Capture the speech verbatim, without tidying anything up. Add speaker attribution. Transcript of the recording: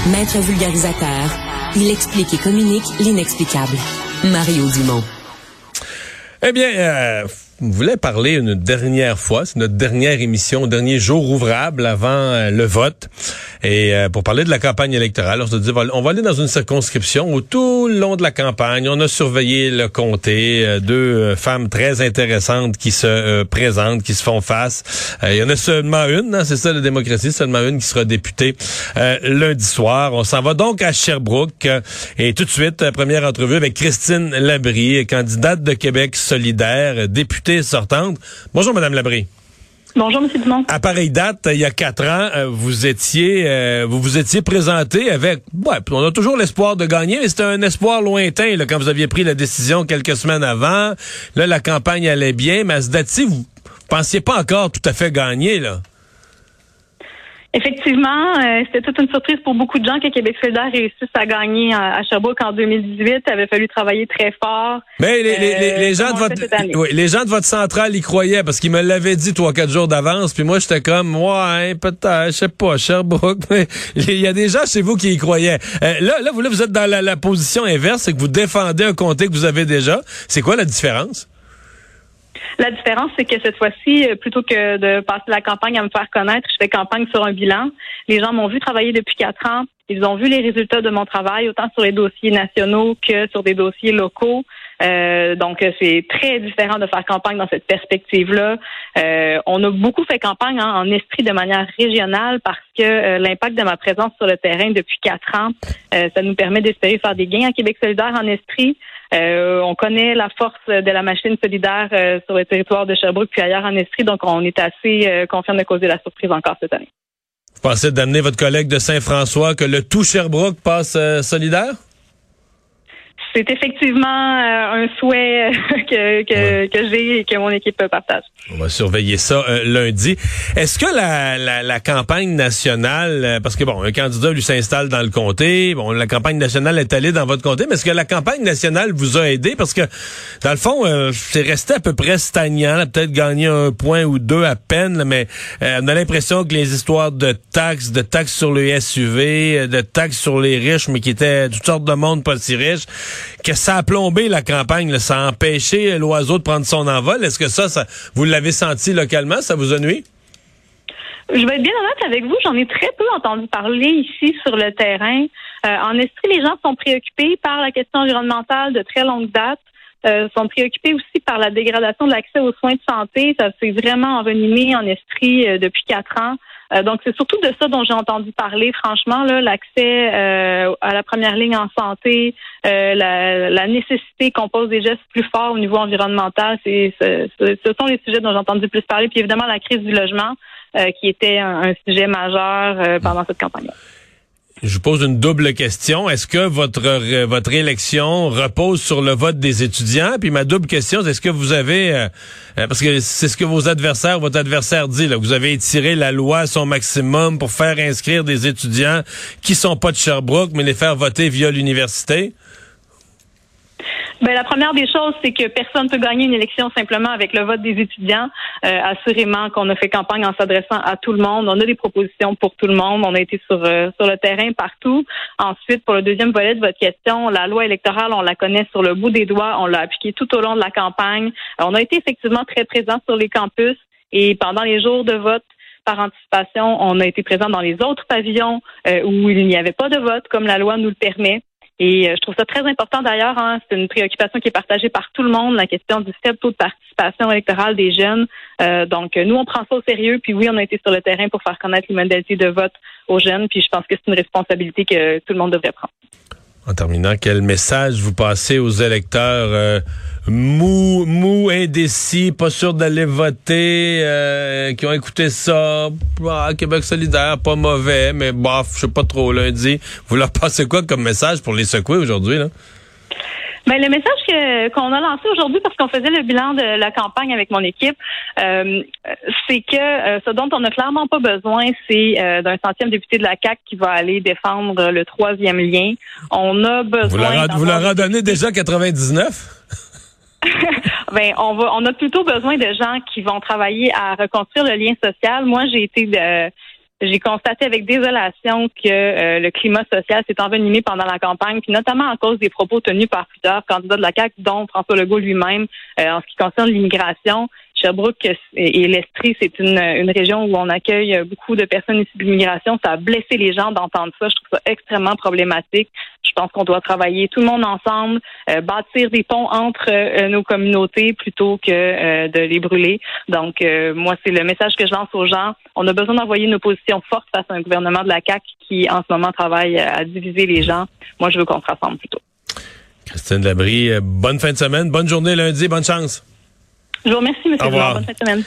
Speaker 1: Maître vulgarisateur, il explique et communique l'inexplicable. Mario Dumont.
Speaker 2: Eh bien, euh, on voulait parler une dernière fois, c'est notre dernière émission, dernier jour ouvrable avant euh, le vote. Et euh, pour parler de la campagne électorale, on se dit, on va aller dans une circonscription où tout le long de la campagne, on a surveillé le comté, euh, deux euh, femmes très intéressantes qui se euh, présentent, qui se font face. Euh, il y en a seulement une, hein, c'est ça la démocratie, seulement une qui sera députée euh, lundi soir. On s'en va donc à Sherbrooke euh, et tout de suite, euh, première entrevue avec Christine Labrie, candidate de Québec solidaire, euh, députée sortante. Bonjour, Madame Labrie.
Speaker 3: Bonjour, M. Dumont.
Speaker 2: À pareille date, il y a quatre ans, euh, vous étiez, euh, vous vous étiez présenté avec, ouais, on a toujours l'espoir de gagner, mais c'était un espoir lointain là, quand vous aviez pris la décision quelques semaines avant. Là, la campagne allait bien, mais à ce date-ci, vous pensiez pas encore tout à fait gagner, là.
Speaker 3: Effectivement, euh, c'était toute une surprise pour beaucoup de gens que Québec solidaire réussisse à gagner à, à Sherbrooke en deux mille dix-huit. Il avait fallu travailler très fort.
Speaker 2: Mais les, les, les, les,
Speaker 3: euh,
Speaker 2: gens de votre, oui, les gens de votre centrale y croyaient parce qu'ils me l'avaient dit trois, quatre jours d'avance. Puis moi, j'étais comme, ouais, peut-être, je sais pas, Sherbrooke. Mais il y a des gens chez vous qui y croyaient. Euh, là, là, vous, là, vous êtes dans la, la position inverse, c'est que vous défendez un comté que vous avez déjà. C'est quoi la différence?
Speaker 3: La différence, c'est que cette fois-ci, plutôt que de passer la campagne à me faire connaître, je fais campagne sur un bilan. Les gens m'ont vu travailler depuis quatre ans. Ils ont vu les résultats de mon travail, autant sur les dossiers nationaux que sur des dossiers locaux. Euh, donc, c'est très différent de faire campagne dans cette perspective-là. Euh, on a beaucoup fait campagne hein, en esprit de manière régionale parce que euh, l'impact de ma présence sur le terrain depuis quatre ans, euh, ça nous permet d'espérer faire des gains à Québec solidaire en esprit. Euh, on connaît la force de la machine solidaire euh, sur le territoire de Sherbrooke puis ailleurs en Estrie, donc on est assez euh, confiant de causer la surprise encore cette année.
Speaker 2: Vous pensez d'amener votre collègue de Saint-François que le tout Sherbrooke passe euh, solidaire?
Speaker 3: C'est effectivement euh, un souhait que, que, ouais. que j'ai et que mon équipe partage.
Speaker 2: On va surveiller ça euh, lundi. Est-ce que la, la, la campagne nationale, euh, parce que bon, un candidat lui s'installe dans le comté, bon, la campagne nationale est allée dans votre comté, mais est-ce que la campagne nationale vous a aidé? Parce que, dans le fond, euh, c'est resté à peu près stagnant, peut-être gagné un point ou deux à peine, là, mais euh, on a l'impression que les histoires de taxes, de taxes sur le S U V, de taxes sur les riches, mais qui étaient toutes sortes de monde pas si riches, que ça a plombé la campagne, là, ça a empêché l'oiseau de prendre son envol. Est-ce que ça, ça vous l'avez senti localement, ça vous a nuit?
Speaker 3: Je vais être bien honnête avec vous, j'en ai très peu entendu parler ici sur le terrain. Euh, en Estrie, les gens sont préoccupés par la question environnementale de très longue date, euh, sont préoccupés aussi par la dégradation de l'accès aux soins de santé. Ça s'est vraiment envenimé en Estrie euh, depuis quatre ans. Euh, donc, c'est surtout de ça dont j'ai entendu parler, franchement, là, l'accès euh, à la première ligne en santé, euh, la, la nécessité qu'on pose des gestes plus forts au niveau environnemental, c'est, c'est, ce sont les sujets dont j'ai entendu plus parler. Puis évidemment, la crise du logement, euh, qui était un, un sujet majeur euh, pendant cette campagne-là.
Speaker 2: Je vous pose une double question. Est-ce que votre votre élection repose sur le vote des étudiants? Puis ma double question, c'est est-ce que vous avez, euh, parce que c'est ce que vos adversaires, votre adversaire dit, là, vous avez étiré la loi à son maximum pour faire inscrire des étudiants qui sont pas de Sherbrooke, mais les faire voter via l'université?
Speaker 3: Ben, la première des choses, c'est que personne ne peut gagner une élection simplement avec le vote des étudiants. Euh, assurément qu'on a fait campagne en s'adressant à tout le monde. On a des propositions pour tout le monde. On a été sur euh, sur le terrain partout. Ensuite, pour le deuxième volet de votre question, la loi électorale, on la connaît sur le bout des doigts. On l'a appliquée tout au long de la campagne. On a été effectivement très présents sur les campus et pendant les jours de vote, par anticipation, on a été présents dans les autres pavillons euh, où il n'y avait pas de vote, comme la loi nous le permet. Et euh, je trouve ça très important d'ailleurs, hein, c'est une préoccupation qui est partagée par tout le monde, la question du faible taux de participation électorale des jeunes. Euh, donc, nous, on prend ça au sérieux, puis oui, on a été sur le terrain pour faire connaître les modalités de vote aux jeunes, puis je pense que c'est une responsabilité que tout le monde devrait prendre.
Speaker 2: En terminant, quel message vous passez aux électeurs euh, mou, mou, indécis, pas sûrs d'aller voter, euh, qui ont écouté ça, ah, Québec solidaire, pas mauvais, mais bof, je sais pas trop, lundi. Vous leur passez quoi comme message pour les secouer aujourd'hui, là?
Speaker 3: Ben, le message que, qu'on a lancé aujourd'hui, parce qu'on faisait le bilan de la campagne avec mon équipe, euh, c'est que euh, ce dont on n'a clairement pas besoin, c'est euh, d'un centième député de la C A Q qui va aller défendre le troisième lien. On a besoin...
Speaker 2: Vous leur, vous leur en donnez déjà quatre-vingt-dix-neuf?
Speaker 3: Ben, on va, on a plutôt besoin de gens qui vont travailler à reconstruire le lien social. Moi, j'ai été de, j'ai constaté avec désolation que euh, le climat social s'est envenimé pendant la campagne, puis notamment à cause des propos tenus par plusieurs candidats de la C A Q, dont François Legault lui-même, euh, en ce qui concerne l'immigration. Sherbrooke et l'Estrie, c'est une, une région où on accueille beaucoup de personnes issues de l'immigration. Ça a blessé les gens d'entendre ça. Je trouve ça extrêmement problématique. Je pense qu'on doit travailler tout le monde ensemble, euh, bâtir des ponts entre euh, nos communautés plutôt que euh, de les brûler. Donc, euh, moi, c'est le message que je lance aux gens. On a besoin d'envoyer une opposition forte face à un gouvernement de la C A Q qui, en ce moment, travaille à diviser les gens. Moi, je veux qu'on se rassemble plutôt.
Speaker 2: Christine Labrie, bonne fin de semaine, bonne journée lundi, bonne chance.
Speaker 3: Je vous remercie, M. Dumont. Bonne fin de semaine.